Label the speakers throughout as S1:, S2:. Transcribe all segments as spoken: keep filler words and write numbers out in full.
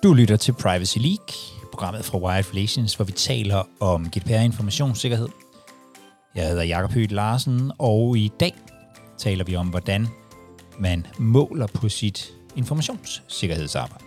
S1: Du lytter til Privacy League, programmet fra Wired Relations, hvor vi taler om G D P R informationssikkerhed. Jeg hedder Jakob Høgh Larsen, og i dag taler vi om, hvordan man måler på sit informationssikkerhedsarbejde.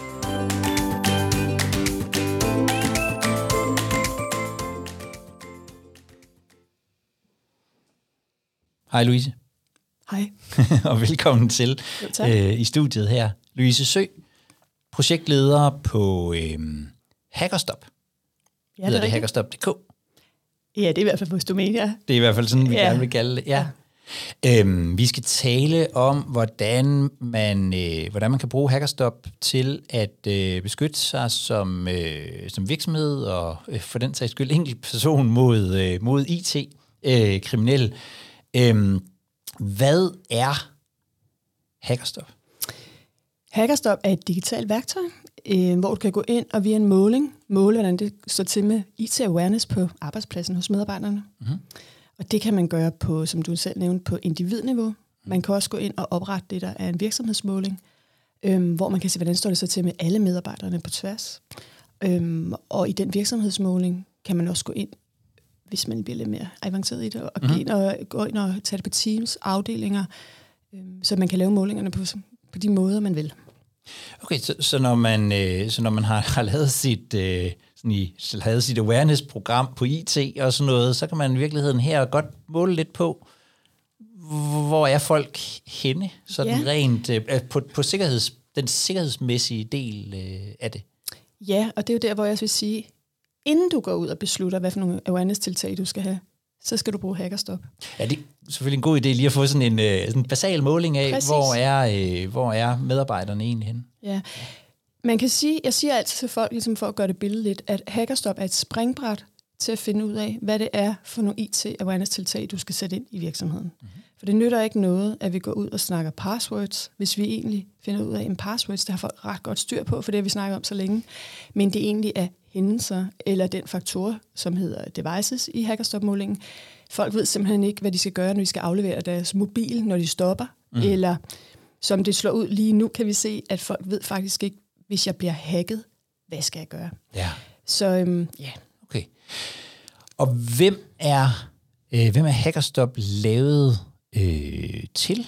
S1: Hej Louise.
S2: Hej.
S1: Og velkommen til øh, i studiet her. Louise Sø, projektleder på øh, Hackerstop.
S2: Ja, det er det
S1: hackerstop punktum d k.
S2: Ja, det er i hvert fald vores domæne, ja.
S1: Det er i hvert fald sådan, vi
S2: ja.
S1: gerne vil kalde det. Ja. Ja. Øhm, vi skal tale om, hvordan man, øh, hvordan man kan bruge Hackerstop til at øh, beskytte sig som, øh, som virksomhed og øh, for den sags skyld enkelt person mod, øh, mod I T-kriminelle. Øh, øhm, hvad er Hackerstop?
S2: Hackerstop er et digitalt værktøj, øh, hvor du kan gå ind og via en måling måle, hvordan det står til med I T-awareness på arbejdspladsen hos medarbejderne. Mm-hmm. Og det kan man gøre på, som du selv nævnte, på individniveau. Man kan også gå ind og oprette det, der er en virksomhedsmåling, øhm, hvor man kan se, hvordan står det så til med alle medarbejderne på tværs. Øhm, og i den virksomhedsmåling kan man også gå ind, hvis man bliver lidt mere avanceret i det, og, mm-hmm. gå, ind og gå ind og tage det på teams, afdelinger, øhm, så man kan lave målingerne på, på de måder, man vil.
S1: Okay, så, så når man øh, så når man har, har lavet sit øh, sådan i, lavet sit awareness-program på I T og sådan noget, så kan man i virkeligheden her godt måle lidt på, hvor er folk henne, sådan ja. rent øh, på, på sikkerheds, den sikkerhedsmæssige del øh, af det.
S2: Ja, og det er jo der, hvor jeg vil sige, inden du går ud og beslutter, hvad for nogle awareness-tiltag du skal have, så skal du bruge Hackerstop. Ja,
S1: det er selvfølgelig en god idé lige at få sådan en, øh, sådan en basal måling af, hvor er, øh, hvor er medarbejderne egentlig henne.
S2: Ja, man kan sige, jeg siger altid til folk, ligesom for at gøre det billedligt, at Hackerstop er et springbræt til at finde ud af, hvad det er for nogle I T-awareness-tiltag, du skal sætte ind i virksomheden. Mm-hmm. For det nytter ikke noget, at vi går ud og snakker passwords, hvis vi egentlig finder ud af, en passwords, der har folk ret godt styr på, for det har vi snakket om så længe, men det egentlig er hændelser, eller den faktor, som hedder devices i Hackerstop-målingen. Folk ved simpelthen ikke, hvad de skal gøre, når de skal aflevere deres mobil, når de stopper, mm. eller som det slår ud lige nu, kan vi se, at folk ved faktisk ikke, hvis jeg bliver hacket, hvad skal jeg gøre?
S1: Ja.
S2: Så øhm, ja.
S1: Okay. Og hvem er, øh, hvem er Hackerstop lavet øh, til?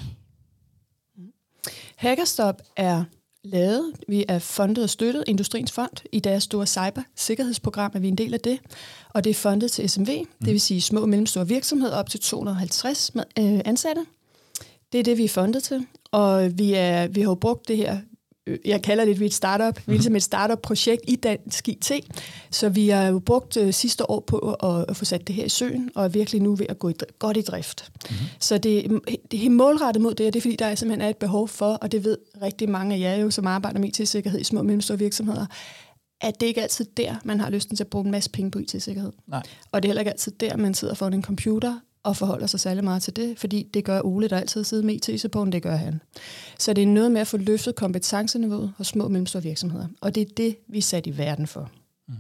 S2: Hackerstop er lavet, vi er fundet og støttet Industriens Fond i deres store cybersikkerhedsprogram, er vi en del af det, og det er fundet til S M V, mm. det vil sige små og mellemstore virksomheder op til to hundrede og halvtreds med, øh, ansatte. Det er det, vi er fundet til, og vi, er, vi har jo brugt det her, jeg kalder det, vi er et startup, vi er ligesom et startup-projekt i dansk I T, så vi har jo brugt øh, sidste år på at, at få sat det her i søen, og er virkelig nu ved at gå i, godt i drift. Mm-hmm. Så det, det er helt målrettet mod det, og det er fordi, der simpelthen er et behov for, og det ved rigtig mange af jer jo, som arbejder med I T-sikkerhed i små og mellemstore virksomheder, at det ikke altid der, man har lysten til at bruge en masse penge på I T-sikkerhed. Nej. Og det er heller ikke altid der, man sidder foran en computer og forholder sig særlig meget til det, fordi det gør Ole, der altid sidder med I T-supporten, det gør han. Så det er noget med at få løftet kompetenceniveauet hos små og mellemstore virksomheder, og det er det, vi er sat i verden for. Mm.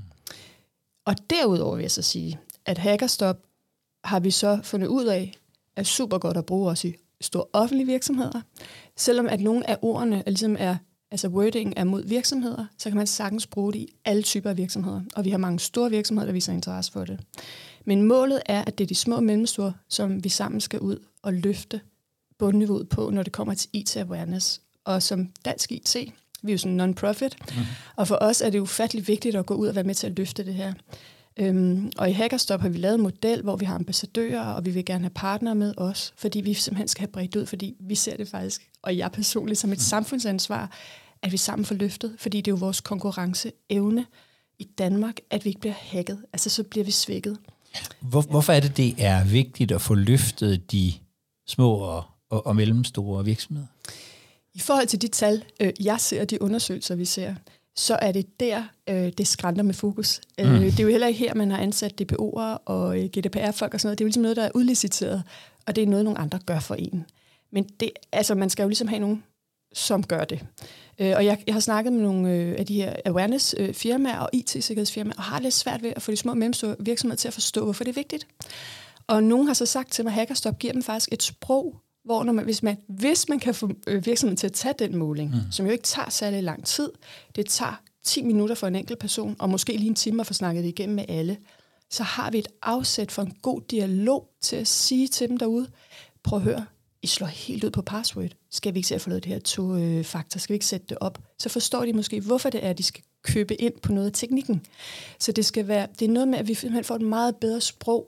S2: Og derudover vil jeg så sige, at Hackerstop har vi så fundet ud af, er super godt at bruge også i store offentlige virksomheder. Selvom at nogle af ordene er ligesom er, altså wording er mod virksomheder, så kan man sagtens bruge det i alle typer af virksomheder, og vi har mange store virksomheder, der viser interesse for det. Men målet er, at det er de små og mellemstore, som vi sammen skal ud og løfte bundniveauet på, når det kommer til I T-awareness. Og som dansk I T, vi er jo sådan en non-profit, mm. og for os er det ufatteligt vigtigt at gå ud og være med til at løfte det her. Øhm, og i Hackerstop har vi lavet en model, hvor vi har ambassadører, og vi vil gerne have partnere med os, fordi vi simpelthen skal have bredt ud, fordi vi ser det faktisk, og jeg personligt, som et mm. samfundsansvar, at vi sammen får løftet, fordi det er jo vores konkurrenceevne i Danmark, at vi ikke bliver hacket. Altså så bliver vi svækket.
S1: Hvor, hvorfor er det, det er vigtigt at få løftet de små og, og, og mellemstore virksomheder?
S2: I forhold til de tal, øh, jeg ser, og de undersøgelser, vi ser, så er det der, øh, det skranter med fokus. Mm. Øh, det er jo heller ikke her, man har ansat D P O'er og G D P R-folk og sådan noget. Det er jo ligesom noget, der er udliciteret, og det er noget, nogle andre gør for en. Men det, altså, man skal jo ligesom have nogen, som gør det. Øh, og jeg, jeg har snakket med nogle øh, af de her awareness-firmaer og I T-sikkerhedsfirmaer, og har lidt svært ved at få de små og mellemstore virksomheder til at forstå, hvorfor det er vigtigt. Og nogen har så sagt til mig, at Hackerstop giver dem faktisk et sprog, hvor når man, hvis, man, hvis man kan få virksomheden til at tage den måling, mm. som jo ikke tager særlig lang tid, det tager ti minutter for en enkelt person, og måske lige en time at få snakket det igennem med alle, så har vi et afsæt for en god dialog til at sige til dem derude, prøv at høre, I slår helt ud på password. Skal vi ikke se at få lavet det her to-faktor? Skal vi ikke sætte det op? Så forstår de måske, hvorfor det er, at de skal købe ind på noget af teknikken. Så det skal være, det er noget med, at vi simpelthen får et meget bedre sprog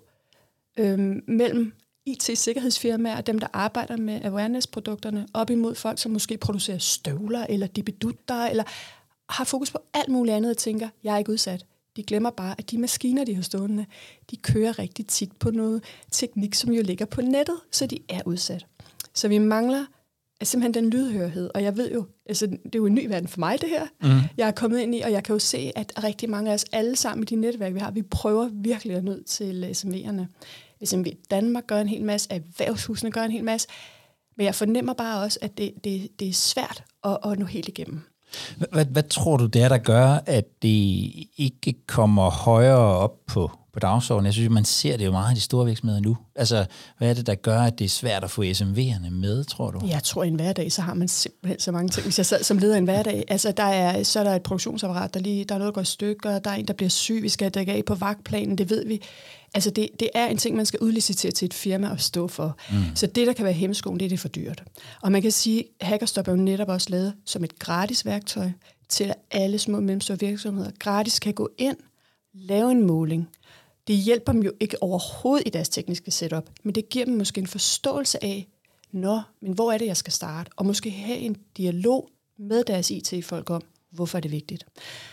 S2: øhm, mellem I T-sikkerhedsfirmaer og dem, der arbejder med awareness-produkterne, op imod folk, som måske producerer støvler eller dibedutter, eller har fokus på alt muligt andet og tænker, jeg er ikke udsat. De glemmer bare, at de maskiner, de har stående, de kører rigtig tit på noget teknik, som jo ligger på nettet, så de er udsat. Så vi mangler simpelthen den lydhørhed, og jeg ved jo, altså det er jo en ny verden for mig det her, mm. jeg er kommet ind i, og jeg kan jo se, at rigtig mange af os alle sammen i de netværk, vi har, vi prøver virkelig at nå til S M V'erne. S M V Danmark gør en hel masse, erhvervshusene gør en hel masse, men jeg fornemmer bare også, at det, det, det er svært at, at nå helt igennem.
S1: Hvad, hvad tror du, det er, der gør, at det ikke kommer højere op på, på dagsordenen? Jeg synes, man ser det jo meget i de store virksomheder nu. Altså, hvad er det, der gør, at det er svært at få S M V'erne med, tror du?
S2: Jeg tror, i en hverdag, så har man simpelthen så mange ting. Hvis jeg sad som leder i en hverdag, altså, der er, så er der et produktionsapparat, der, lige, der er noget, der går i stykker, der er en, der bliver syg, vi skal dække af på vagtplanen, det ved vi. Altså, det, det er en ting, man skal udlicitere til et firma og stå for. Mm. Så det, der kan være hemskoen, det er det for dyrt. Og man kan sige, at Hackerstop er jo netop også lavet som et gratis værktøj til, at alle små og mellemstore virksomheder gratis kan gå ind, lave en måling. Det hjælper dem jo ikke overhovedet i deres tekniske setup, men det giver dem måske en forståelse af, nå, men hvor er det, jeg skal starte? Og måske have en dialog med deres I T-folk om, hvorfor er det vigtigt.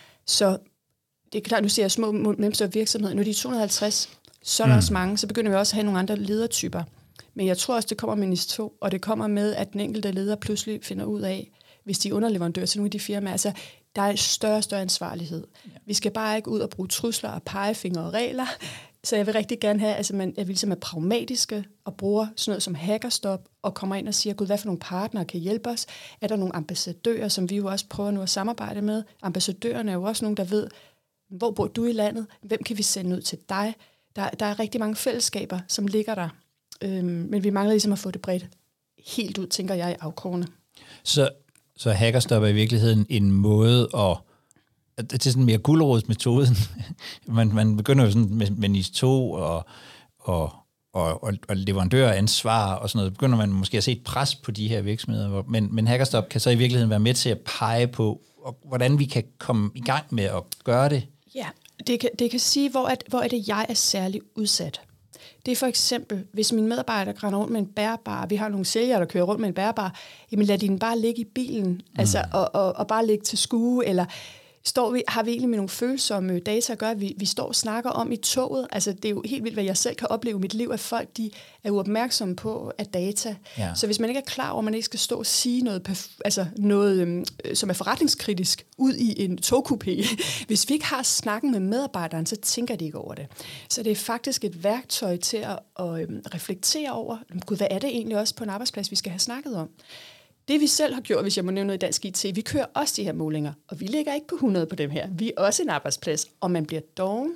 S2: Så det er klart, nu ser jeg små og mellemstore virksomheder, nu er de to hundrede og halvtreds, så er der mm. også mange, så begynder vi også at have nogle andre ledertyper. Men jeg tror også, det kommer med NIS to, og det kommer med, at den enkelte leder pludselig finder ud af, hvis de er underleverandører til nogle af de firmaer, altså der er en større og større ansvarlighed. Ja. Vi skal bare ikke ud og bruge trusler og pegefingre og regler, så jeg vil rigtig gerne have, altså man, jeg vil ligesom være pragmatiske og bruger sådan noget som Hackerstop og kommer ind og siger, gud, hvad for nogle partnere kan hjælpe os? Er der nogle ambassadører, som vi jo også prøver nu at samarbejde med? Ambassadørerne er jo også nogen, der ved, hvor bor du i landet? Hvem kan vi sende ud til dig? Der, der er rigtig mange fællesskaber, som ligger der. Øhm, men vi mangler ligesom at få det bredt helt ud, tænker jeg, i afkrogene.
S1: Så, så Hackerstop er i virkeligheden en måde at... Det er sådan mere gulerodsmetoden. man, man begynder jo sådan med, med NIS to og, og, og, og leverandøransvar og sådan noget. Begynder man måske at se et pres på de her virksomheder. Men, men Hackerstop kan så i virkeligheden være med til at pege på, hvordan vi kan komme i gang med at gøre det.
S2: Ja, det kan, det kan sige, hvor er, hvor er det, jeg er særlig udsat. Det er for eksempel, hvis min medarbejder render rundt med en bærbar, vi har nogle sælgere, der kører rundt med en bærbar, jamen lad den bare ligge i bilen, mm. altså, og, og, og bare ligge til skue, eller står vi, har vi egentlig med nogle følsomme data at gøre, vi, vi står og snakker om i toget, altså det er jo helt vildt, hvad jeg selv kan opleve i mit liv, at folk de er uopmærksomme på at data. Ja. Så hvis man ikke er klar over, at man ikke skal stå og sige noget, altså noget øhm, som er forretningskritisk ud i en togkupé, hvis vi ikke har snakken med medarbejderen, så tænker de ikke over det. Så det er faktisk et værktøj til at, at øhm, reflektere over, gud, hvad er det egentlig også på en arbejdsplads, vi skal have snakket om? Det vi selv har gjort, hvis jeg må nævne noget i dansk I T, vi kører også de her målinger, og vi ligger ikke på hundrede på dem her. Vi er også en arbejdsplads, og man bliver doven.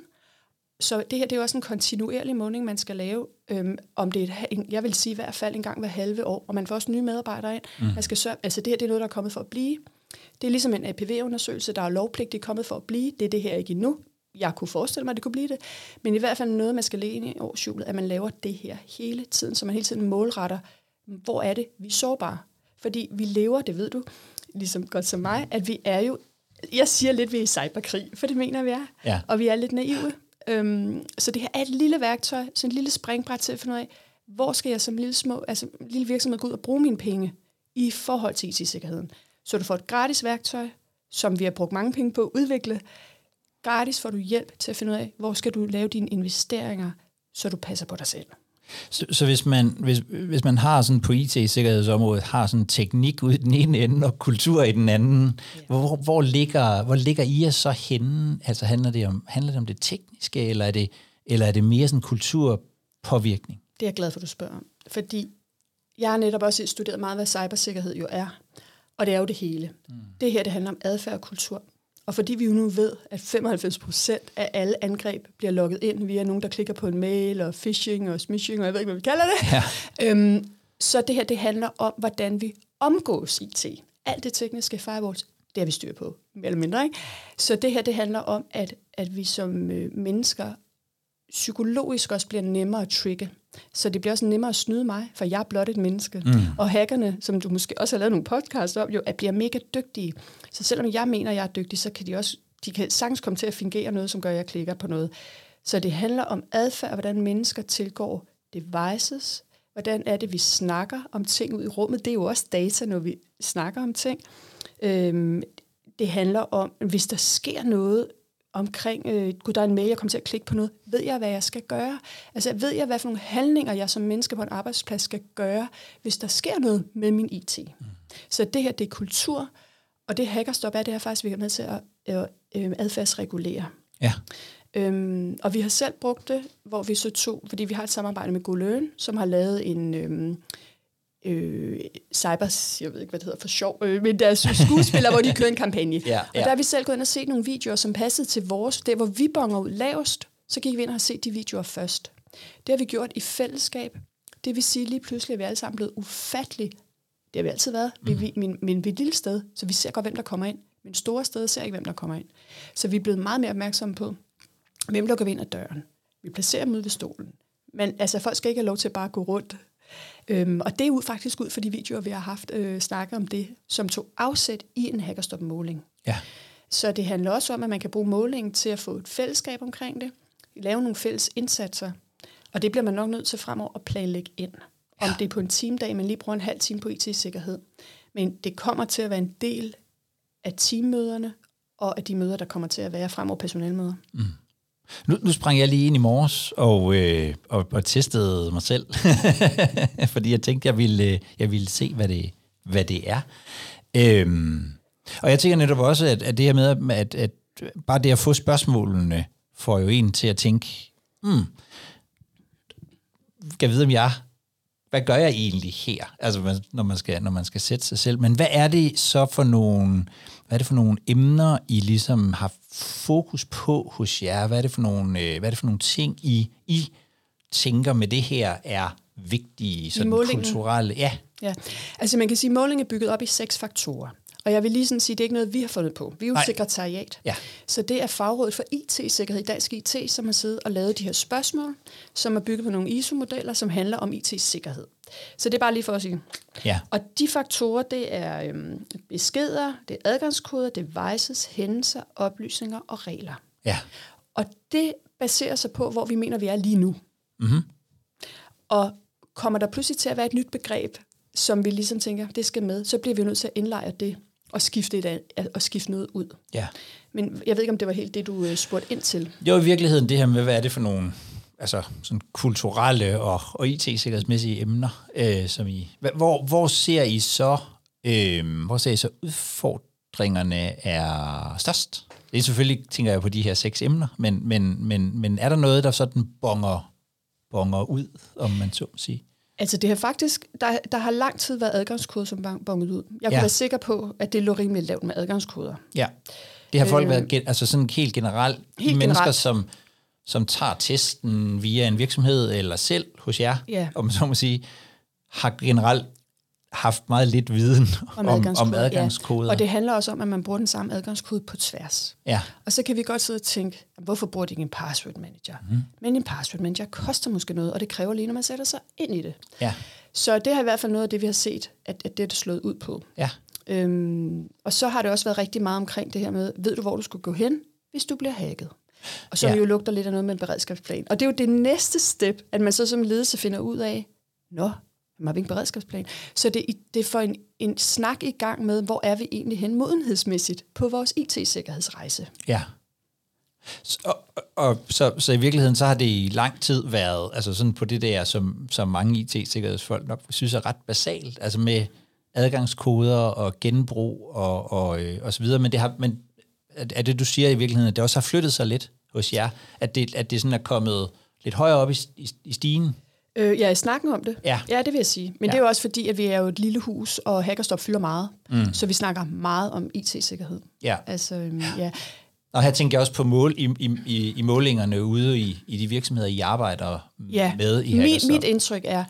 S2: Så det her det er jo også en kontinuerlig måling, man skal lave. Øhm, om det er et, jeg vil sige i hvert fald en gang hver halve år, og man får også nye medarbejdere ind. Mm. Man skal sørge, altså det her det er noget, der er kommet for at blive. Det er ligesom en A P V-undersøgelse, der er lovpligt, det er kommet for at blive. Det er det her ikke endnu. Jeg kunne forestille mig, at det kunne blive det. Men i hvert fald noget, man skal lægge ind i årshjulet, at man laver det her hele tiden, så man hele tiden målretter, hvor er det, vi er sårbare. Fordi vi lever, det ved du, ligesom godt som mig, at vi er jo, jeg siger lidt, vi er i cyberkrig, for det mener vi er, ja. Og vi er lidt naive. Øhm, så det her er et lille værktøj, sådan et lille springbræt til at finde ud af, hvor skal jeg som lille, små, altså, lille virksomhed gå ud og bruge mine penge i forhold til I T-sikkerheden. Så du får et gratis værktøj, som vi har brugt mange penge på at udvikle. Gratis får du hjælp til at finde ud af, hvor skal du lave dine investeringer, så du passer på dig selv.
S1: Så, så hvis man hvis, hvis man har sådan på I T-sikkerhedsområdet har sådan teknik ud i den ene ende og kultur i den anden, ja. hvor, hvor ligger hvor ligger I jer så henne? Altså handler det om handler det om det tekniske, eller er det eller er det mere sådan kulturpåvirkning?
S2: Det er jeg glad for, du spørger om, fordi jeg har netop også studeret meget, hvad cybersikkerhed jo er, og det er jo det hele. Mm. Det her det handler om adfærd og kultur. Og fordi vi jo nu ved, at femoghalvfems procent af alle angreb bliver logget ind via nogen, der klikker på en mail, og phishing og smishing, og jeg ved ikke, hvad vi kalder det. Ja. Øhm, så det her, det handler om, hvordan vi omgås I T. Alt det tekniske firewalls, Det har vi styr på, mere eller mindre, ikke? Så det her, det handler om, at, at vi som øh, mennesker psykologisk også bliver nemmere at trigge. Så det bliver også nemmere at snyde mig, for jeg er blot et menneske. Mm. Og hackerne, som du måske også har lavet nogle podcasts om, jo, at bliver mega dygtige. Så selvom jeg mener, at jeg er dygtig, så kan de også de kan sagtens komme til at fingere noget, som gør, at jeg klikker på noget. Så det handler om adfærd, hvordan mennesker tilgår devices, hvordan er det, vi snakker om ting ud i rummet. Det er jo også data, når vi snakker om ting. Øhm, det handler om, hvis der sker noget omkring, øh, gud, der er en mail, jeg kommer til at klikke på noget, ved jeg, hvad jeg skal gøre? Altså, ved jeg, hvad for nogle handlinger, jeg som menneske på en arbejdsplads skal gøre, hvis der sker noget med min I T? Mm. Så det her, det er kultur, og det hackerstop er, det her faktisk, vi er med til at øh, adfærdsregulere. Ja. Øhm, og vi har selv brugt det, hvor vi så tog, fordi vi har et samarbejde med Goløen, som har lavet en øhm, øh, cyber, jeg ved ikke, hvad det hedder for sjov, øh, men deres skuespillere, hvor de kører en kampagne. Ja, ja. Og der har vi selv gået ind og set nogle videoer, som passede til vores, der hvor vi bonger ud lavest, så gik vi ind og har set de videoer først. Det har vi gjort i fællesskab. Det vil sige, lige pludselig er vi alle sammen blevet ufatteligt. Det har vi altid været, mm. vi, men, men vi er et lille sted, så vi ser godt, hvem der kommer ind. Men store steder ser ikke, hvem der kommer ind. Så vi er blevet meget mere opmærksomme på, hvem lukker vi ind ad døren. Vi placerer dem ude ved stolen. Men altså, folk skal ikke have lov til at bare gå rundt. Øhm, og det er ud, faktisk ud for de videoer, vi har haft øh, snakket om det, som tog afsæt i en hackerstop-måling. Ja. Så det handler også om, at man kan bruge målingen til at få et fællesskab omkring det, lave nogle fælles indsatser, og det bliver man nok nødt til fremover at planlægge ind. Om ja. Det er på en teamdag, man lige bruger en halv time på I T-sikkerhed. Men det kommer til at være en del af teammøderne, og af de møder, der kommer til at være fremover personalmøder. Mm.
S1: Nu, nu sprang jeg lige ind i morges og, øh, og, og testede mig selv, fordi jeg tænkte, jeg ville, jeg ville se, hvad det, hvad det er. Øhm, og jeg tænker netop også, at, at det her med, at, at bare det at få spørgsmålene, får jo en til at tænke, hmm, skal jeg vide, om jeg, hvad gør jeg egentlig her? Altså, når man skal, når man skal sætte sig selv. Men hvad er det så for nogle... Hvad er det for nogle emner, I ligesom har fokus på hos jer? Hvad er det for nogle, øh, hvad er det for nogle ting, I, I tænker med det her er vigtige, sådan kulturelle? Ja.
S2: ja, altså man kan sige, at måling er bygget op i seks faktorer. Og jeg vil lige sådan sige, at det er ikke noget, vi har fundet på. Vi er jo Nej. sekretariat. Ja. Så det er Fagrådet for I T-sikkerhed, Dansk I T, som har siddet og lavet de her spørgsmål, som er bygget på nogle I S O-modeller, som handler om I T-sikkerhed. Så det er bare lige for at sige. Ja. Og de faktorer, det er øhm, beskeder, det er adgangskoder, devices, hændelser, oplysninger og regler. Ja. Og det baserer sig på, hvor vi mener, vi er lige nu. Mm-hmm. Og kommer der pludselig til at være et nyt begreb, som vi ligesom tænker, det skal med, så bliver vi nødt til at indlejre det og skifte, et, og skifte noget ud. Ja. Men jeg ved ikke, om det var helt det, du spurgte ind til.
S1: Jo, i virkeligheden det her med, hvad er det for nogle altså, sådan kulturelle og, og I T-sikkerhedsmæssige emner, øh, som I... Hvor, hvor ser I så, øh, hvor ser I så udfordringerne er størst? Det er selvfølgelig, tænker jeg på de her seks emner, men, men, men, men er der noget, der sådan bonger, bonger ud, om man så må sige?
S2: Altså det har faktisk, der, der har lang tid været adgangskoder, som bonget ud. Jeg kunne ja. være sikker på, at det lå rimelig lavt med adgangskoder. Ja, det har folk øh, været, altså sådan helt generelt, helt de mennesker, generelt. som, som tager testen via en virksomhed eller selv hos jer, ja. om så må sige, har generelt haft meget lidt viden om, om adgangskoder. Om adgangskoder. Ja. Og det handler også om, at man bruger den samme adgangskode på tværs. Ja. Og så kan vi godt sidde og tænke, hvorfor bruger de ikke en password manager? Mm. Men en password manager koster måske noget, og det kræver lige, når man sætter sig ind i det. Ja. Så det har i hvert fald noget af det, vi har set, at, at det er det slået ud på. Ja. Øhm, og så har det også været rigtig meget omkring det her med, ved du, hvor du skal gå hen, hvis du bliver hacket? Og så ja. vi jo lugter lidt af noget med en beredskabsplan. Og det er jo det næste step, at man så som ledelse finder ud af, nå, man har ikke en beredskabsplan. Så det, det får en, en snak i gang med, hvor er vi egentlig hen modenhedsmæssigt på vores I T-sikkerhedsrejse. Ja. Så, og, og, så, så i virkeligheden, så har det i lang tid været, altså sådan på det der, som, som mange I T-sikkerhedsfolk nok synes er ret basalt, altså med adgangskoder og genbrug og, og, øh, og så videre, men det har, men er det, du siger i virkeligheden, at det også har flyttet sig lidt hos jer, at det, at det sådan er kommet lidt højere op i, i, i stigen? Øh, ja, i snakken om det. Ja. ja, det vil jeg sige. Men ja. det er jo også fordi, at vi er jo et lille hus, og hackerstop fylder meget. Mm. Så vi snakker meget om I T-sikkerhed. Ja. Altså, øhm, ja. Og her tænker jeg også på mål i, i, i målingerne ude i, i de virksomheder, I arbejder ja. med i hackerstop. Mit, mit indtryk er,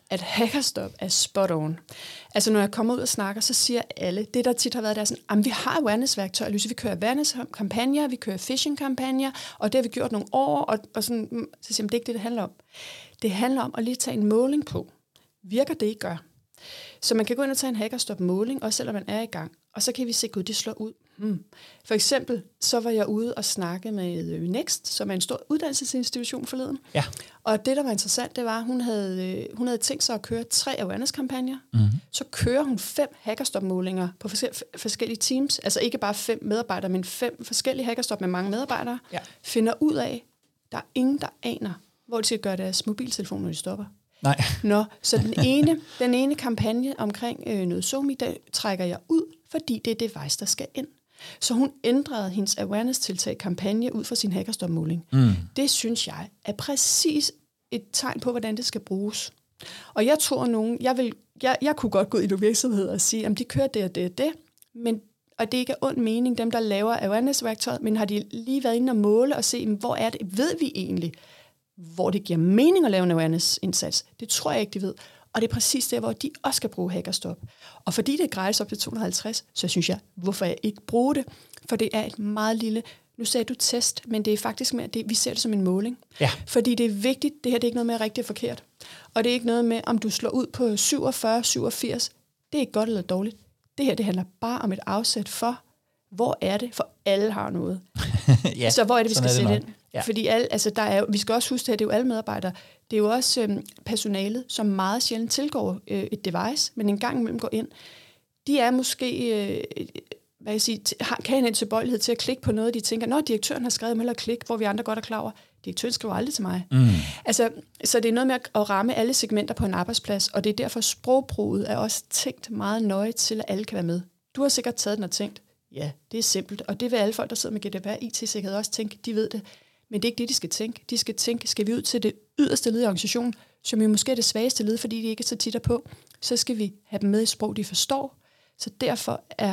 S2: at Hackerstop er spot on. Altså når jeg kommer ud og snakker, så siger alle, det der tit har været, der er sådan, at vi har awareness-værktøjer, Lyse, vi kører awareness-kampagner, vi kører phishing-kampagner, og det har vi gjort nogle år, og, og sådan, så siger jeg, det er ikke det, det handler om. Det handler om at lige tage en måling på. Virker det, I gør? Så man kan gå ind og tage en Hackerstop-måling, også selvom man er i gang, og så kan vi se, at det slår ud. Hmm. For eksempel, så var jeg ude og snakke med Next, som er en stor uddannelsesinstitution forleden.
S1: Ja.
S2: Og det, der var interessant, det var, at hun havde, hun havde tænkt sig at køre tre awareness-kampagner. Mm-hmm. Så kører hun fem Hackerstop-målinger på forskellige teams. Altså ikke bare fem medarbejdere, men fem forskellige Hackerstop med mange medarbejdere. Ja. Finder ud af, der er ingen, der aner, hvor de skal gøre deres mobiltelefon, når de stopper.
S1: Nej.
S2: Nå, så den ene, den ene kampagne omkring øh, noget SoMe, der trækker jeg ud, fordi det er device, der skal ind. Så hun ændrede hendes awareness-tiltag kampagne ud fra sin Hackerstop-måling. Mm. Det synes jeg er præcis et tegn på, hvordan det skal bruges. Og jeg tror nogen, jeg, vil, jeg, jeg kunne godt gå i nogle virksomheder og sige, at de kører det og det og det, men, og det ikke er ond mening, dem der laver awareness-værktøjet, men har de lige været inde og måle og se, hvor er det, ved vi egentlig, hvor det giver mening at lave en awareness-indsats. Det tror jeg ikke, de ved. Og det er præcis der, hvor de også skal bruge Hackerstop. Og fordi det er gratis op til to hundrede og halvtreds, så synes jeg, hvorfor jeg ikke bruger det? For det er et meget lille, nu sagde du test, men det er faktisk mere, det, vi ser det som en måling.
S1: Ja.
S2: Fordi det er vigtigt, det her det er ikke noget med rigtigt og forkert. Og det er ikke noget med, om du slår ud på syvogfyrre, syvogfirs. Det er ikke godt eller dårligt. Det her, det handler bare om et afsæt for, hvor er det? For alle har noget. Ja, så hvor er det, vi skal sætte ind? Ja. Fordi alle, altså der er, vi skal også huske, at det er jo alle medarbejdere. Det er jo også øhm, personalet, som meget sjældent tilgår øh, et device, men en gang imellem går ind. De er måske, øh, hvad jeg sige, t- har, kan have en tilbøjelighed til at klikke på noget, de tænker, nå, direktøren har skrevet, eller klik, hvor vi andre godt er klar over. Direktøren skriver aldrig til mig. Mm. Altså, så det er noget med at ramme alle segmenter på en arbejdsplads, og det er derfor sprogbruget er også tænkt meget nøje til, at alle kan være med. Du har sikkert taget den og tænkt, ja, det er simpelt, og det vil alle folk, der sidder med G D P R I T-sikkerhed også tænke, de ved det. Men det er ikke det, de skal tænke. De skal tænke, skal vi ud til det yderste led i organisationen, som jo måske er det svageste led, fordi de ikke er så tit på, så skal vi have dem med i sprog, de forstår. Så derfor er,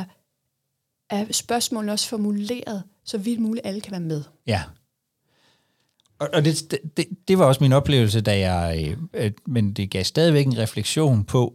S2: er spørgsmålene også formuleret, så vidt muligt alle kan være med.
S1: Ja. Og, og det, det, det var også min oplevelse, da jeg, øh, men det gav stadigvæk en refleksion på,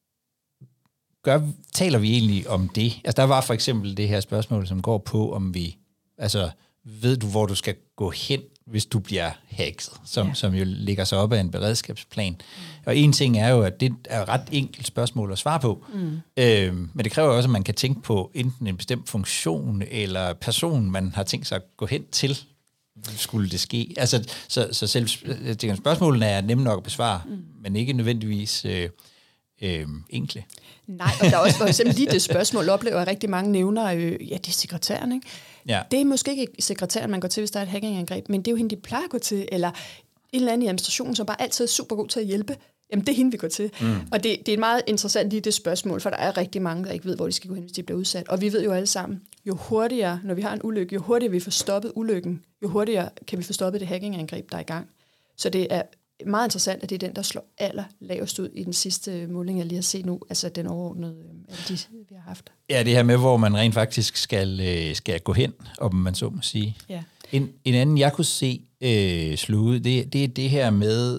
S1: gør, taler vi egentlig om det? Altså der var for eksempel det her spørgsmål, som går på, om vi, altså ved du, hvor du skal gå hen, hvis du bliver hacket, som, ja. som jo ligger sig op af en beredskabsplan. Mm. Og en ting er jo, at det er et ret enkelt spørgsmål at svare på, mm. øhm, men det kræver også, at man kan tænke på enten en bestemt funktion, eller person, man har tænkt sig at gå hen til, skulle det ske. Altså, så, så selv jeg tænker, spørgsmålene er nemme nok at besvare, mm. men ikke nødvendigvis øh, øh, enkle.
S2: Nej, og der er også for eksempel lige det spørgsmål, oplever jeg rigtig mange nævner, øh, ja, det er sekretæren, ikke? Ja. Det er måske ikke sekretæren, man går til, hvis der er et hackingangreb, men det er jo hende, de plejer at gå til, eller en eller anden i administrationen, som bare altid er super god til at hjælpe. Jamen, det er hende, vi går til. Mm. Og det, det er meget interessant lige det spørgsmål, for der er rigtig mange, der ikke ved, hvor de skal gå hen, hvis de bliver udsat. Og vi ved jo alle sammen, jo hurtigere, når vi har en ulykke, jo hurtigere vi får stoppet ulykken, jo hurtigere kan vi få stoppet det hackingangreb, der er i gang. Så det er meget interessant, at det er den, der slår aller lavest ud i den sidste måling, jeg lige har set nu, altså den overordnede, af de, vi har haft.
S1: Ja, det her med, hvor man rent faktisk skal, skal gå hen, om man så må sige. Ja. En, en anden, jeg kunne se øh, slå ud, det, det er det her med,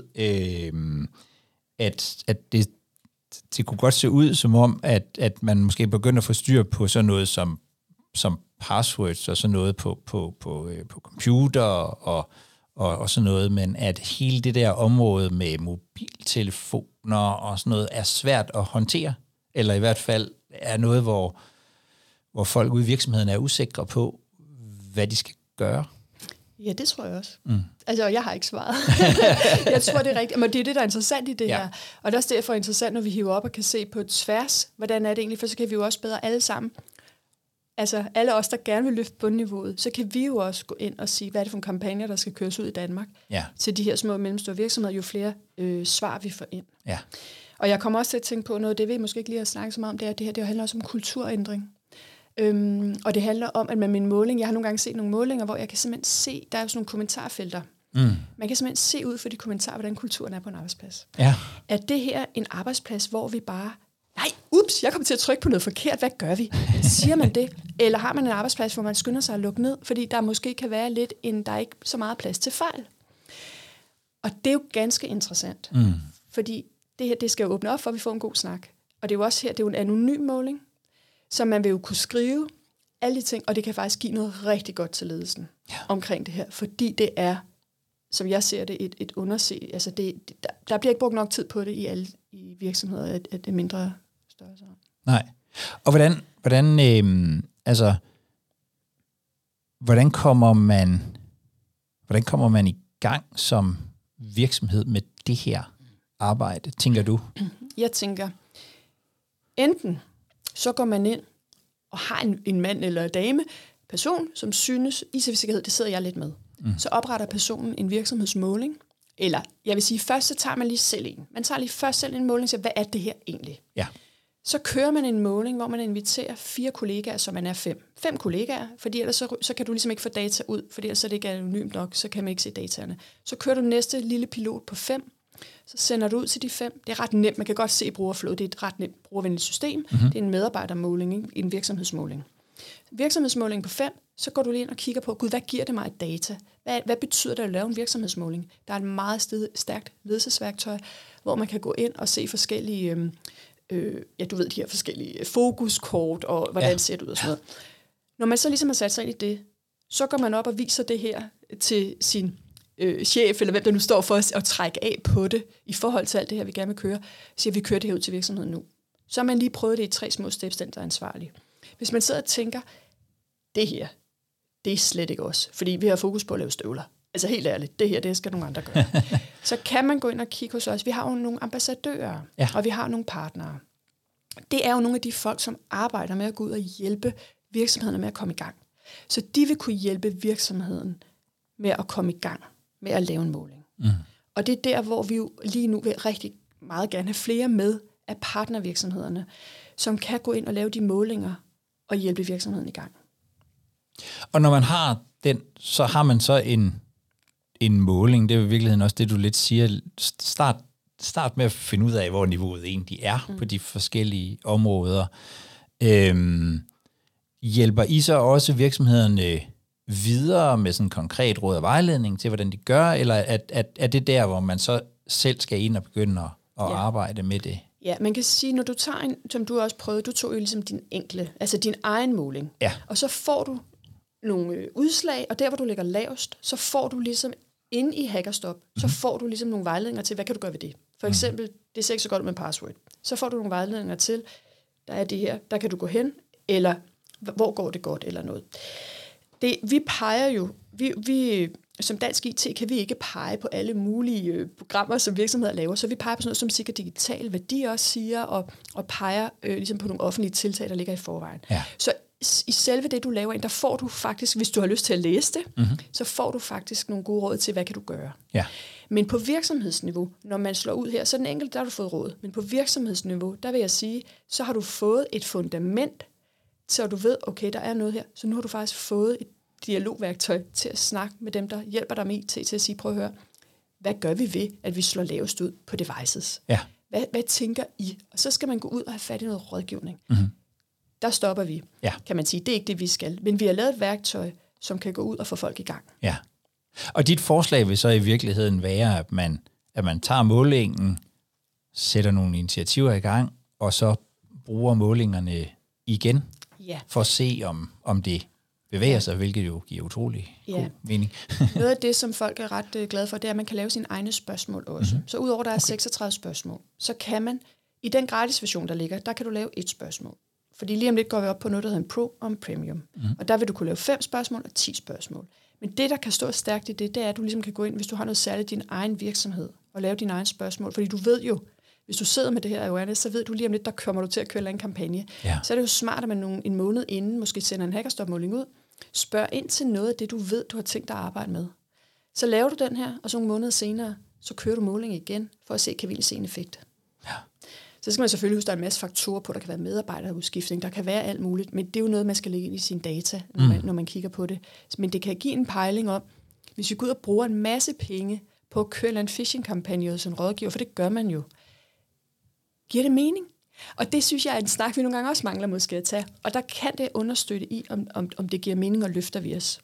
S1: øh, at, at det, det kunne godt se ud som om, at, at man måske begynder at få styr på sådan noget som, som passwords og sådan noget på, på, på, øh, på computer og Og, og sådan noget, men at hele det der område med mobiltelefoner og sådan noget er svært at håndtere, eller i hvert fald er noget, hvor, hvor folk ude i virksomheden er usikre på, hvad de skal gøre.
S2: Ja, det tror jeg også. Mm. Altså, jeg har ikke svaret. Jeg tror, det er rigtigt. Men det er det, der er interessant i det ja. her. Og det er også derfor interessant, når vi hiver op og kan se på tværs, hvordan er det egentlig, for så kan vi jo også bedre alle sammen. Altså alle os, der gerne vil løfte bundniveauet, så kan vi jo også gå ind og sige, hvad er det for en kampagne, der skal køres ud i Danmark ja. til de her små og mellemstore virksomheder, jo flere øh, svar vi får ind. Ja. Og jeg kommer også til at tænke på noget, det vil jeg måske ikke lige have snakket så meget om, det er, at det her det handler også om kulturændring. Øhm, og det handler om, at med min måling, jeg har nogle gange set nogle målinger, hvor jeg kan simpelthen se, der er jo sådan nogle kommentarfelter. Mm. Man kan simpelthen se ud for de kommentarer, hvordan kulturen er på en arbejdsplads. Ja. Er det her en arbejdsplads, hvor vi bare nej, ups, jeg kommer til at trykke på noget forkert, hvad gør vi? Siger man det? Eller har man en arbejdsplads, hvor man skynder sig at lukke ned, fordi der måske kan være lidt, en, der er ikke så meget plads til fejl. Og det er jo ganske interessant, mm. fordi det her det skal jo åbne op for, at vi får en god snak. Og det er jo også her, det er jo en anonym måling, så man vil jo kunne skrive alle de ting, og det kan faktisk give noget rigtig godt til ledelsen ja. omkring det her, fordi det er, som jeg ser det, et, et underse. Altså det, der, der bliver ikke brugt nok tid på det i alle i virksomheder, at, at det er mindre størrelse.
S1: Nej. Og hvordan, hvordan, øh, altså, hvordan kommer man, hvordan kommer man i gang som virksomhed med det her arbejde, tænker du?
S2: Jeg tænker, enten så går man ind og har en, en mand eller dame, person, som synes, I C-sikkerhed, det sidder jeg lidt med. Mm. Så opretter personen en virksomhedsmåling, eller jeg vil sige, først så tager man lige selv en. Man tager lige først selv en måling og siger, hvad er det her egentlig?
S1: Ja.
S2: Så kører man en måling, hvor man inviterer fire kollegaer, så man er fem. Fem kollegaer, fordi ellers så, så kan du ligesom ikke få data ud, fordi ellers så er det ikke anonymt nok, så kan man ikke se dataerne. Så kører du næste lille pilot på fem, så sender du ud til de fem. Det er ret nemt, man kan godt se brugerflowet, det er et ret nemt brugervenligt system. Mm-hmm. Det er en medarbejdermåling, ikke? En virksomhedsmåling. Virksomhedsmåling på fem, så går du lige ind og kigger på, gud, hvad giver det mig af data? Hvad, hvad betyder det at lave en virksomhedsmåling? Der er et meget sted, stærkt ledelsesværktøj, hvor man kan gå ind og se forskellige, øh, øh, ja, du ved, de her forskellige fokuskort, og hvordan ja. ser det ud og sådan noget. Når man så ligesom har sat sig ind i det, så går man op og viser det her til sin øh, chef, eller hvem der nu står for at, at trække af på det, i forhold til alt det her, vi gerne vil køre, siger, vi kører det her ud til virksomheden nu. Så har man lige prøvet det i tre små steps, den der er ansvarlig. Hvis man sidder og tænker, det her, det er slet ikke os, fordi vi har fokus på at lave støvler. Altså helt ærligt, det her, det skal nogle andre gøre. Så kan man gå ind og kigge hos os. Vi har jo nogle ambassadører, ja. og vi har nogle partnere. Det er jo nogle af de folk, som arbejder med at gå ud og hjælpe virksomhederne med at komme i gang. Så de vil kunne hjælpe virksomheden med at komme i gang med at lave en måling. Mm. Og det er der, hvor vi jo lige nu vil rigtig meget gerne have flere med af partnervirksomhederne, som kan gå ind og lave de målinger og hjælpe virksomheden i gang.
S1: Og når man har den, så har man så en, en måling. Det er jo i virkeligheden også det, du lidt siger. Start, start med at finde ud af, hvor niveauet egentlig er mm. på de forskellige områder. Øhm, hjælper I så også virksomhederne videre med sådan en konkret råd og vejledning til, hvordan de gør, eller er, er, er det der, hvor man så selv skal ind og begynde at, at ja. arbejde med det?
S2: Ja, man kan sige, når du tager en, som du også prøvede, du tog jo ligesom din enkle, altså din egen måling,
S1: ja. og
S2: så får du nogle øh, udslag, og der, hvor du ligger lavest, så får du ligesom inde i Hackerstop, mm-hmm. så får du ligesom nogle vejledninger til, hvad kan du gøre ved det? For eksempel, mm-hmm. det ser ikke så godt med password. Så får du nogle vejledninger til, der er det her, der kan du gå hen, eller hvor går det godt, eller noget. Det, vi peger jo, vi, vi, som Dansk I T kan vi ikke pege på alle mulige øh, programmer, som virksomheder laver, så vi peger på sådan noget som sikkert digital, hvad de også siger, og, og peger øh, ligesom på nogle offentlige tiltag, der ligger i forvejen.
S1: Ja.
S2: Så i selve det, du laver ind, der får du faktisk, hvis du har lyst til at læse det, mm-hmm. så får du faktisk nogle gode råd til, hvad kan du gøre.
S1: Ja.
S2: Men på virksomhedsniveau, når man slår ud her, så den enkelte, der har du fået råd. Men på virksomhedsniveau, der vil jeg sige, så har du fået et fundament, så du ved, okay, der er noget her. Så nu har du faktisk fået et dialogværktøj til at snakke med dem, der hjælper dig med I T til at sige, prøv at høre, hvad gør vi ved, at vi slår lavest ud på devices?
S1: Ja.
S2: Hvad, hvad tænker I? Og så skal man gå ud og have fat i noget rådgivning.
S1: Mm-hmm.
S2: Der stopper vi,
S1: ja.
S2: kan man sige. Det er ikke det, vi skal. Men vi har lavet et værktøj, som kan gå ud og få folk i gang.
S1: Ja. Og dit forslag vil så i virkeligheden være, at man, at man tager målingen, sætter nogle initiativer i gang, og så bruger målingerne igen,
S2: ja.
S1: for at se, om, om det bevæger sig, hvilket jo giver utrolig ja. god mening.
S2: Noget af det, som folk er ret uh, glade for, det er, at man kan lave sine egne spørgsmål også. Mm-hmm. Så udover der er okay. seksogtredive spørgsmål, så kan man, i den gratis version, der ligger, der kan du lave et spørgsmål. Fordi lige om lidt går vi op på noget, der hedder en Pro og en Premium. Mm. Og der vil du kunne lave fem spørgsmål og ti spørgsmål. Men det, der kan stå stærkt i det, det er, at du ligesom kan gå ind, hvis du har noget særligt i din egen virksomhed, og lave dine egne spørgsmål. Fordi du ved jo, hvis du sidder med det her awareness, så ved du lige om lidt, der kommer du til at køre en kampagne.
S1: Ja.
S2: Så er det jo smart, at man nogle, en måned inden måske sender en Hackerstop-måling ud, spørg ind til noget af det, du ved, du har tænkt dig at arbejde med. Så laver du den her, og så nogle måneder senere, så kører du måling igen, for at se, kan vi se en effekt.
S1: Ja.
S2: Så skal man selvfølgelig huske, at der er en masse faktorer på, der kan være medarbejderudskiftning, der kan være alt muligt, men det er jo noget, man skal lægge ind i sine data, når man, mm. når man kigger på det. Men det kan give en pejling om, hvis vi går ud og bruger en masse penge på at køre en phishing-kampagne som rådgiver, for det gør man jo, giver det mening? Og det synes jeg er en snak, vi nogle gange også mangler måske at tage, og der kan det understøtte i, om, om, om det giver mening, og løfter vi os.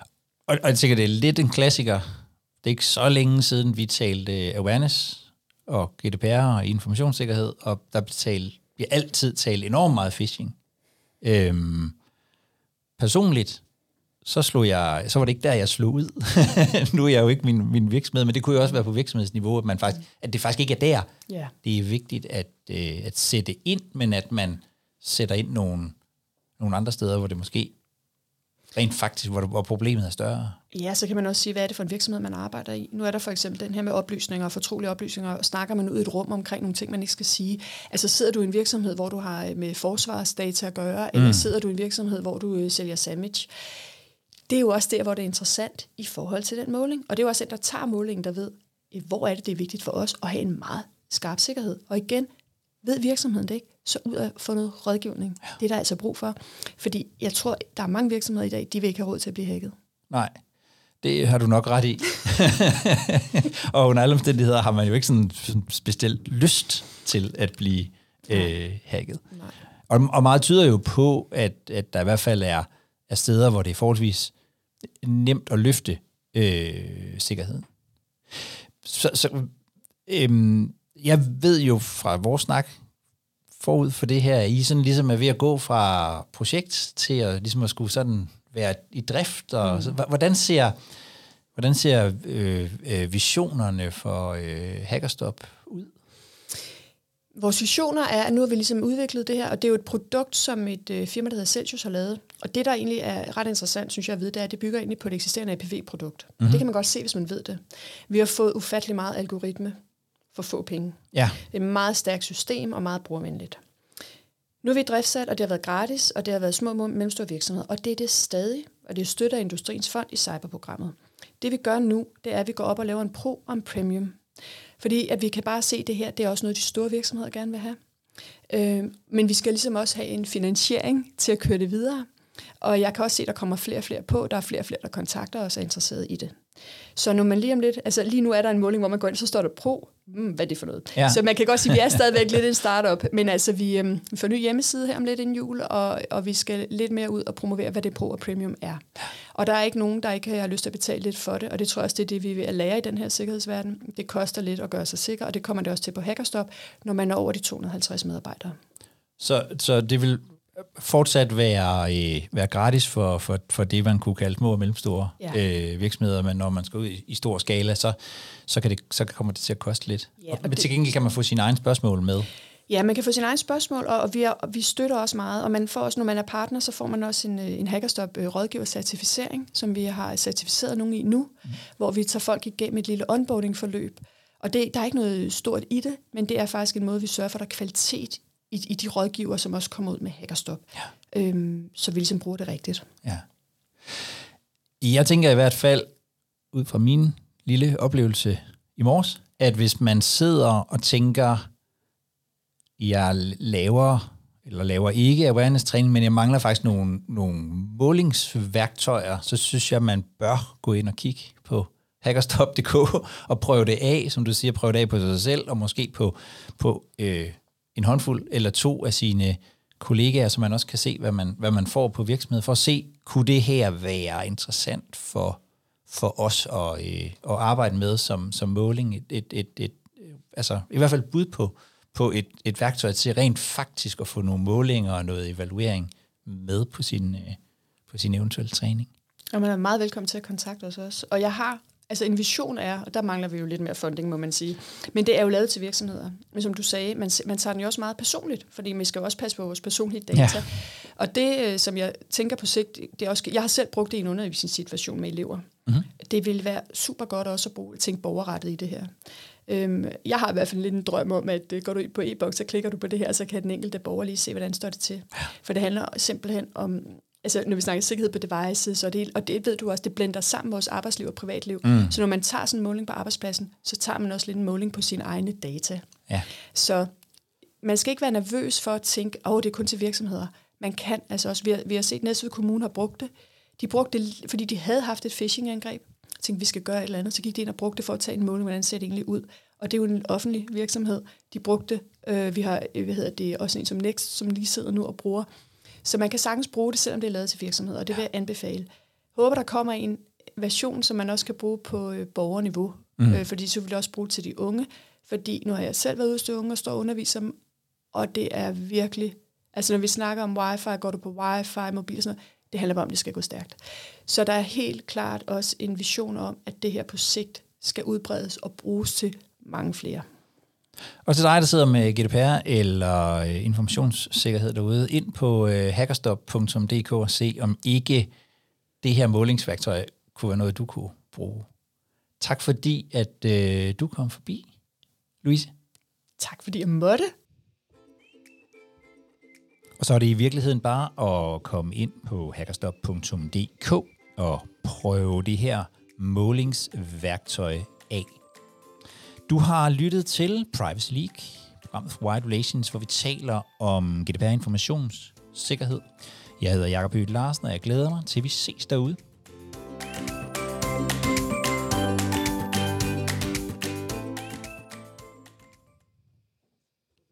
S1: Og, og jeg tænker, det er lidt en klassiker. Det er ikke så længe siden, vi talte awareness, og G D P R og informationssikkerhed, og der bliver, talt, bliver altid talt enormt meget phishing. Øhm, personligt, så slog jeg, så var det ikke der, jeg slog ud. Nu er jeg jo ikke min, min virksomhed, men det kunne jo også være på virksomhedsniveau, at, man faktisk, at det faktisk ikke er der.
S2: Yeah.
S1: Det er vigtigt at, øh, at sætte ind, men at man sætter ind nogle, nogle andre steder, hvor det måske rent faktisk, hvor, hvor problemet er større.
S2: Ja, så kan man også sige, hvad er det for en virksomhed, man arbejder i. Nu er der for eksempel den her med oplysninger og fortrolige oplysninger, og snakker man ud i et rum omkring nogle ting, man ikke skal sige. Altså sidder du i en virksomhed, hvor du har med forsvarsdata at gøre, mm. eller sidder du i en virksomhed, hvor du øh, sælger sandwich. Det er jo også der, hvor det er interessant i forhold til den måling. Og det er jo også den, der tager målingen, der ved, hvor er det, det er vigtigt for os at have en meget skarp sikkerhed. Og igen, ved virksomheden det ikke, så ud af få noget rådgivning. Ja. Det er der altså brug for. Fordi jeg tror, der er mange virksomheder i dag, de vil ikke have råd til at blive hacket.
S1: Nej, det har du nok ret i. Og under alle omstændigheder har man jo ikke sådan, sådan specielt lyst til at blive øh, hacket. Nej. Og, og meget tyder jo på, at, at der i hvert fald er, er steder, hvor det er forholdsvis nemt at løfte øh, sikkerheden. Så, så øhm, jeg ved jo fra vores snak forud for det her, at I sådan ligesom er ved at gå fra projekt til at, ligesom at skulle sådan være i drift. Og, mm. så, hvordan ser, hvordan ser øh, øh, visionerne for øh, Hackerstop ud?
S2: Vores visioner er, at nu har vi ligesom udviklet det her, og det er jo et produkt, som et øh, firma, der hedder Celsius, har lavet. Og det, der egentlig er ret interessant, synes jeg at vide, det er, at det bygger egentlig på et eksisterende A P V-produkt. Mm-hmm. Det kan man godt se, hvis man ved det. Vi har fået ufattelig meget algoritme for få penge.
S1: Ja.
S2: Det er et meget stærkt system og meget brugervenligt. Nu er vi driftsat, og det har været gratis, og det har været små og mellemstore virksomheder, og det er det stadig, og det støtter Industriens Fond i cyberprogrammet. Det vi gør nu, det er, at vi går op og laver en pro og en premium. Fordi at vi kan bare se det her, det er også noget, de store virksomheder gerne vil have. Øh, men vi skal ligesom også have en finansiering til at køre det videre. Og jeg kan også se, at der kommer flere og flere på. Der er flere og flere, der kontakter os og er interesseret i det. Så når man lige om lidt, altså lige nu er der en måling, hvor man går ind, så står der pro. Hmm, hvad er det for noget? Ja. Så man kan godt sige, at vi er stadigvæk lidt en startup, men altså vi, øhm, vi får en ny hjemmeside her om lidt inden jul, og, og vi skal lidt mere ud og promovere, hvad det pro og premium er. Og der er ikke nogen, der ikke har lyst til at betale lidt for det, og det tror jeg også, det er det, vi er ved at lære i den her sikkerhedsverden. Det koster lidt at gøre sig sikker, og det kommer det også til på Hackerstop, når man er over de to hundrede og halvtreds medarbejdere.
S1: Så, så det vil fortsat være, øh, være gratis for, for, for det, man kunne kalde små og mellemstore ja. øh, virksomheder, men når man skal ud i, i stor skala, så, så, kan det, så kommer det til at koste lidt. Ja, og men det, til gengæld kan man få sine egne spørgsmål med.
S2: Ja, man kan få sine egne spørgsmål, og, og, vi, er, og vi støtter også meget, og man får også, når man er partner, så får man også en, en Hackerstop rådgiver-certificering, som vi har certificeret nogen i nu, mm. hvor vi tager folk igennem et lille onboarding-forløb. Og det, der er ikke noget stort i det, men det er faktisk en måde, vi sørger for, at der er kvalitet I, i de rådgiver, som også kommer ud med Hackerstop. Ja. Øhm, så vi ligesom bruger det rigtigt.
S1: Ja. Jeg tænker i hvert fald, ud fra min lille oplevelse i morges, at hvis man sidder og tænker, jeg laver, eller laver ikke awareness-træning, men jeg mangler faktisk nogle, nogle målingsværktøjer, så synes jeg, man bør gå ind og kigge på hackerstop punktum d k og prøve det af, som du siger, prøve det af på sig selv, og måske på, på øh, en håndfuld eller to af sine kollegaer, så man også kan se, hvad man, hvad man får på virksomheden, for at se, kunne det her være interessant for, for os at, øh, at arbejde med som, som måling. Et, et, et, et, altså i hvert fald bud på, på et, et værktøj til rent faktisk at få nogle målinger og noget evaluering med på sin, øh, på sin eventuelle træning.
S2: Og man er meget velkommen til at kontakte os også. Og jeg har, altså en vision er, og der mangler vi jo lidt mere funding, må man sige, men det er jo lavet til virksomheder. Men som du sagde, man, man tager den jo også meget personligt, fordi vi skal jo også passe på vores personlige data. Ja. Og det, som jeg tænker på sigt, det er også, jeg har selv brugt det i en undervisningssituation med elever. Mm-hmm. Det vil være super godt også at bruge, tænke borgerrettet i det her. Øhm, jeg har i hvert fald lidt en drøm om, at går du ind på e-boks, så klikker du på det her, så kan den enkelte borger lige se, hvordan står det til. Ja. For det handler simpelthen om, altså når vi snakker sikkerhed på devices, så det, og det ved du også, det blender sammen vores arbejdsliv og privatliv. Mm. Så når man tager sådan en måling på arbejdspladsen, så tager man også lidt en måling på sine egne data. Ja. Så man skal ikke være nervøs for at tænke, åh, oh, det er kun til virksomheder. Man kan altså også, vi har, vi har set, at Næstved Kommune har brugt det. De brugte det, fordi de havde haft et phishing-angreb. Jeg tænkte, vi skal gøre et eller andet. Så gik de ind og brugte det for at tage en måling, hvordan ser det egentlig ud. Og det er jo en offentlig virksomhed. De brugte, øh, vi har, hvad hedder det, også en som Next, som lige sidder nu og bruger. Så man kan sagtens bruge det, selvom det er lavet til virksomheder, og det vil jeg anbefale. Håber, der kommer en version, som man også kan bruge på øh, borgerniveau, mm. øh, fordi så vil det også bruge til de unge, Fordi nu har jeg selv været ude hos de unge og står og underviser dem, og det er virkelig, altså når vi snakker om wifi, går du på wifi, mobil og sådan noget, det handler bare om, at det skal gå stærkt. Så der er helt klart også en vision om, at det her på sigt skal udbredes og bruges til mange flere.
S1: Og til dig, der sidder med G D P R eller informationssikkerhed derude, ind på hackerstop punktum d k og se, om ikke det her målingsværktøj kunne være noget, du kunne bruge. Tak fordi, at øh, du kom forbi, Louise.
S2: Tak fordi jeg måtte.
S1: Og så er det i virkeligheden bare at komme ind på hackerstop punktum d k og prøve det her målingsværktøj af. Du har lyttet til Privacy League, programmet for Wide Relations, hvor vi taler om G D P R informationssikkerhed. Jeg hedder Jakob Høgh Larsen, og jeg glæder mig til, at vi ses derude.